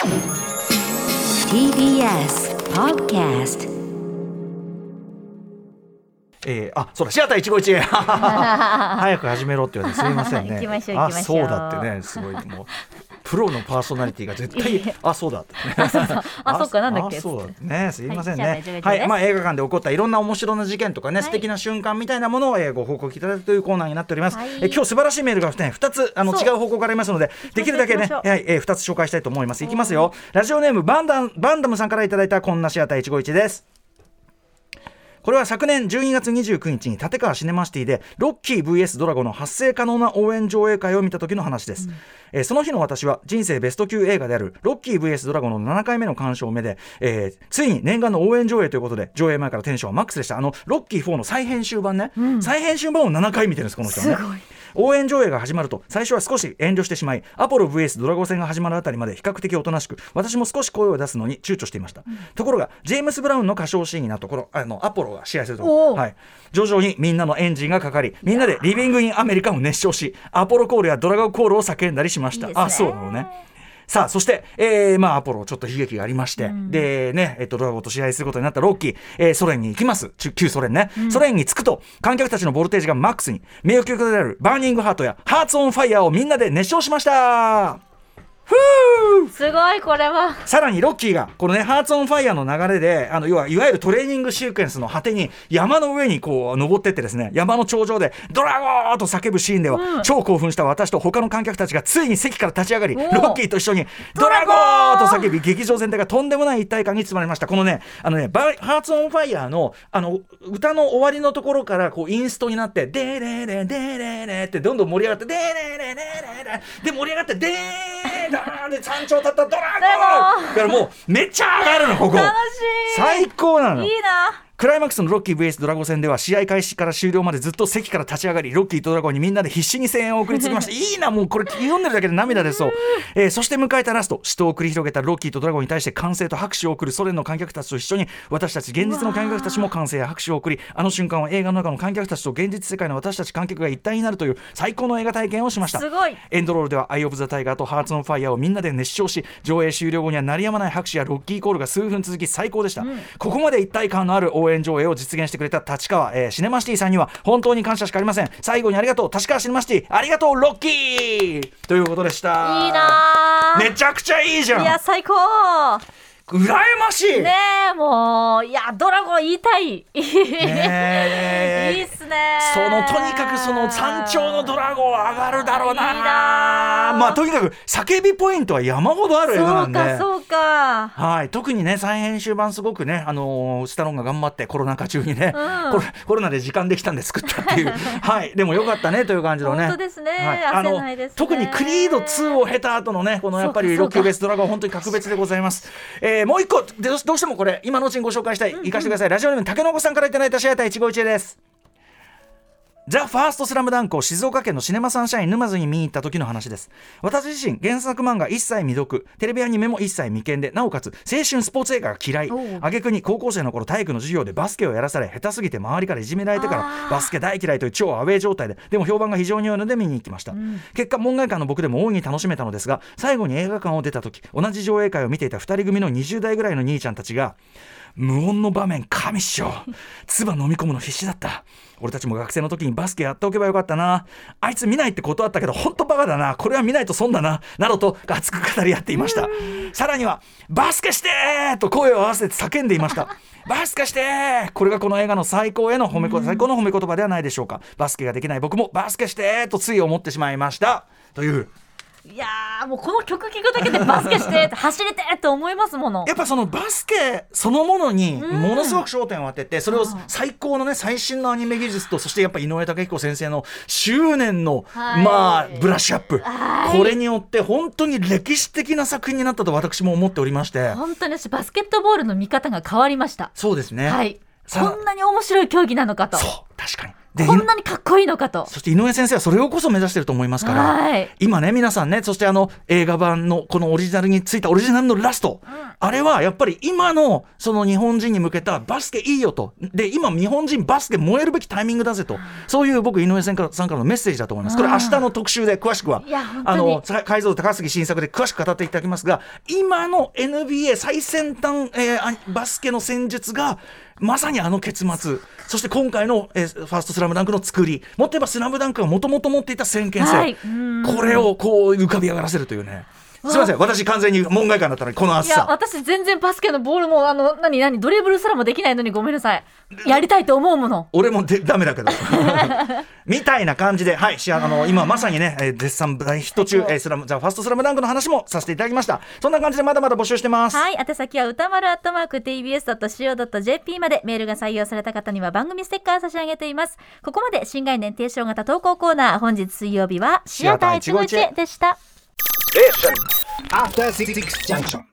TBS Podcast。 そうだ、シアター151早く始めろって言われてすいませんね。 行きましょう行きましょう。 そうだってね、すごいもうプロのパーソナリティが絶対そうだってねそうか、なんだっけそうだってね、すいませんね。 はい、 映画館で起こったいろんな面白な事件とかね、素敵な瞬間みたいなものをご報告いただくというコーナーになっております。今日素晴らしいメールが2つ違う方向からありますので、できるだけね、2つ紹介したいと思います。いきますよ。ラジオネームバンダムさんからいただいたこんなシアター151です。これは昨年12月29日に立川シネマシティでロッキー VS ドラゴの発声可能な応援上映会を見た時の話です。その日の私は人生ベスト級映画であるロッキー VS ドラゴの7回目の鑑賞目で、ついに念願の応援上映ということで上映前からテンションはマックスでした。ロッキー4の再編集版ね、再編集版を7回見てるんです、この人はね。すごい。応援上映が始まると最初は少し遠慮してしまい、アポロ VS ドラゴ戦が始まるあたりまで比較的おとなしく、私も少し声を出すのに躊躇していました。ところがジェームス・ブラウンの歌唱シーンになったところ、アポロが試合するところ、徐々にみんなのエンジンがかかり、みんなでリビング・イン・アメリカを熱唱し、アポロコールやドラゴンコールを叫んだりしました。いいですね。そうなのね。さあ、そして、アポロちょっと悲劇がありまして、でね、ドラゴンと試合することになったロッキー、ソ連に行きます。旧ソ連ね、ソ連に着くと観客たちのボルテージがマックスに、名誉曲であるバーニングハートやハーツオンファイヤーをみんなで熱唱しました。 すごい、これは。さらにロッキーがこのね、ハーツオンファイヤーの流れで、いわゆるトレーニングシークエンスの果てに山の上にこう登ってってですね、山の頂上でドラゴーと叫ぶシーンでは、超興奮した私と他の観客たちがついに席から立ち上がり、ロッキーと一緒にドラゴーと叫び、劇場全体がとんでもない一体感に包まれました。このね、ハーツオンファイヤーの歌の終わりのところからこうインストになってデレレデレレってどんどん盛り上がって、デレレレレで盛り上がってデーで山頂立ったドラゴンだからもうめっちゃ上がるの、ここ楽しい、最高なの。 いいな。 クライマックスのロッキー VS ドラゴン戦では試合開始から終了までずっと席から立ち上がり、ロッキーとドラゴンにみんなで必死に声援を送りつけましたいいな、もうこれ読んでるだけで涙出そう、そして迎えたラスト、死闘を繰り広げたロッキーとドラゴンに対して歓声と拍手を送るソ連の観客たちと一緒に、私たち現実の観客たちも歓声や拍手を送り、あの瞬間は映画の中の観客たちと現実世界の私たち観客が一体になるという最高の映画体験をしました。 すごい。 エンドロールではアイオブザタイガーとハーツオンファイヤーをみんなで熱唱し、上映終了後には鳴りやまない拍手やロッキーコールが数分続き最高でした、ここまで一体感のある応援上映を実現してくれた立川、シネマシティさんには本当に感謝しかありません。最後にありがとう立川シネマシティ、ありがとうロッキーということでした。 いいな、 めちゃくちゃいいじゃん。 いや最高、 羨ましいねえ、もういやドラゴン言いたいいいっすね。 とにかくその山頂のドラゴン上がるだろうな。とにかく叫びポイントは山ほどある映画なんで。 そうか、 はい、特にね再編集版すごくね、スタローンが頑張ってコロナ禍中にね、コロナで時間できたんで作ったっていうはい、でもよかったねという感じのね。 本当ですね、焦らないですね。 特にクリード2を経た後のね、このやっぱりロッキーベースドラゴン本当に格別でございます。もう一個どうしてもこれ今のうちにご紹介したい、行かせてください。ラジオネームたけのこさんからいただいたシアター151です。ザ・ファーストスラムダンクを静岡県のシネマサンシャイン沼津に見に行った時の話です。私自身原作漫画一切未読、テレビアニメも一切未見で、なおかつ青春スポーツ映画が嫌い、挙句に高校生の頃体育の授業でバスケをやらされ、下手すぎて周りからいじめられてからバスケ大嫌いという超アウェー状態でも評判が非常に良いので見に行きました、結果門外漢の僕でも大いに楽しめたのですが、最後に映画館を出た時、同じ上映会を見ていた2人組の20代ぐらいの兄ちゃんたちが、無音の場面神っしょ、唾飲み込むの必死だった、俺たちも学生の時にバスケやっておけばよかったな、あいつ見ないって断ったけど本当バカだな、これは見ないと損だな、などと熱く語り合っていました。さらにはバスケしてーと声を合わせて叫んでいましたバスケしてー、これがこの映画の最高の褒め言葉ではないでしょうか。バスケができない僕もバスケしてーとつい思ってしまいましたという。 いやー、もうこの曲聴くだけでバスケして走れてって思いますもの。 やっぱそのバスケそのものにものすごく焦点を当てて、それを最高のね最新のアニメ技術と、そしてやっぱ井上武彦先生の執念の、ブラッシュアップ、これによって本当に歴史的な作品になったと私も思っておりまして、 本当にバスケットボールの見方が変わりました。 そうですね、 はい、こんなに面白い競技なのかと。 そう、確かにでこんなにかっこいいのかと。 そして井上先生はそれをこそ目指していると思いますから、 はい、 今ね皆さんね、そして映画版のこのオリジナルについたオリジナルのラスト、あれはやっぱり今のその日本人に向けたバスケいいよと、で今日本人バスケ燃えるべきタイミングだぜと、そういう僕井上さんからのメッセージだと思います。これ明日の特集で詳しくは解像度高杉新作で詳しく語っていただきますが、今の NBA 最先端、バスケの戦術がまさに結末、そして今回の、ファーストスラムダンクの作り、もっと言えばスラムダンクがもともと持っていた先見性、はい、これをこう浮かび上がらせるというね。すいません、私完全に門外漢だったのにこの暑さ。 いや私全然バスケのボールも何ドリブルすらもできないのにごめんなさい、やりたいと思うもの。 俺もダメだけどみたいな感じで、はい、今まさにね絶賛大ヒット中、ザ・ファーストスラムダンクの話もさせていただきました。そんな感じでまだまだ募集してます。 はい、宛先は歌丸@tbs.co.jp まで。メールが採用された方には番組ステッカー差し上げています。ここまで新概念提唱型投稿コーナー、本日水曜日はシアター151でした。 After 66 junction.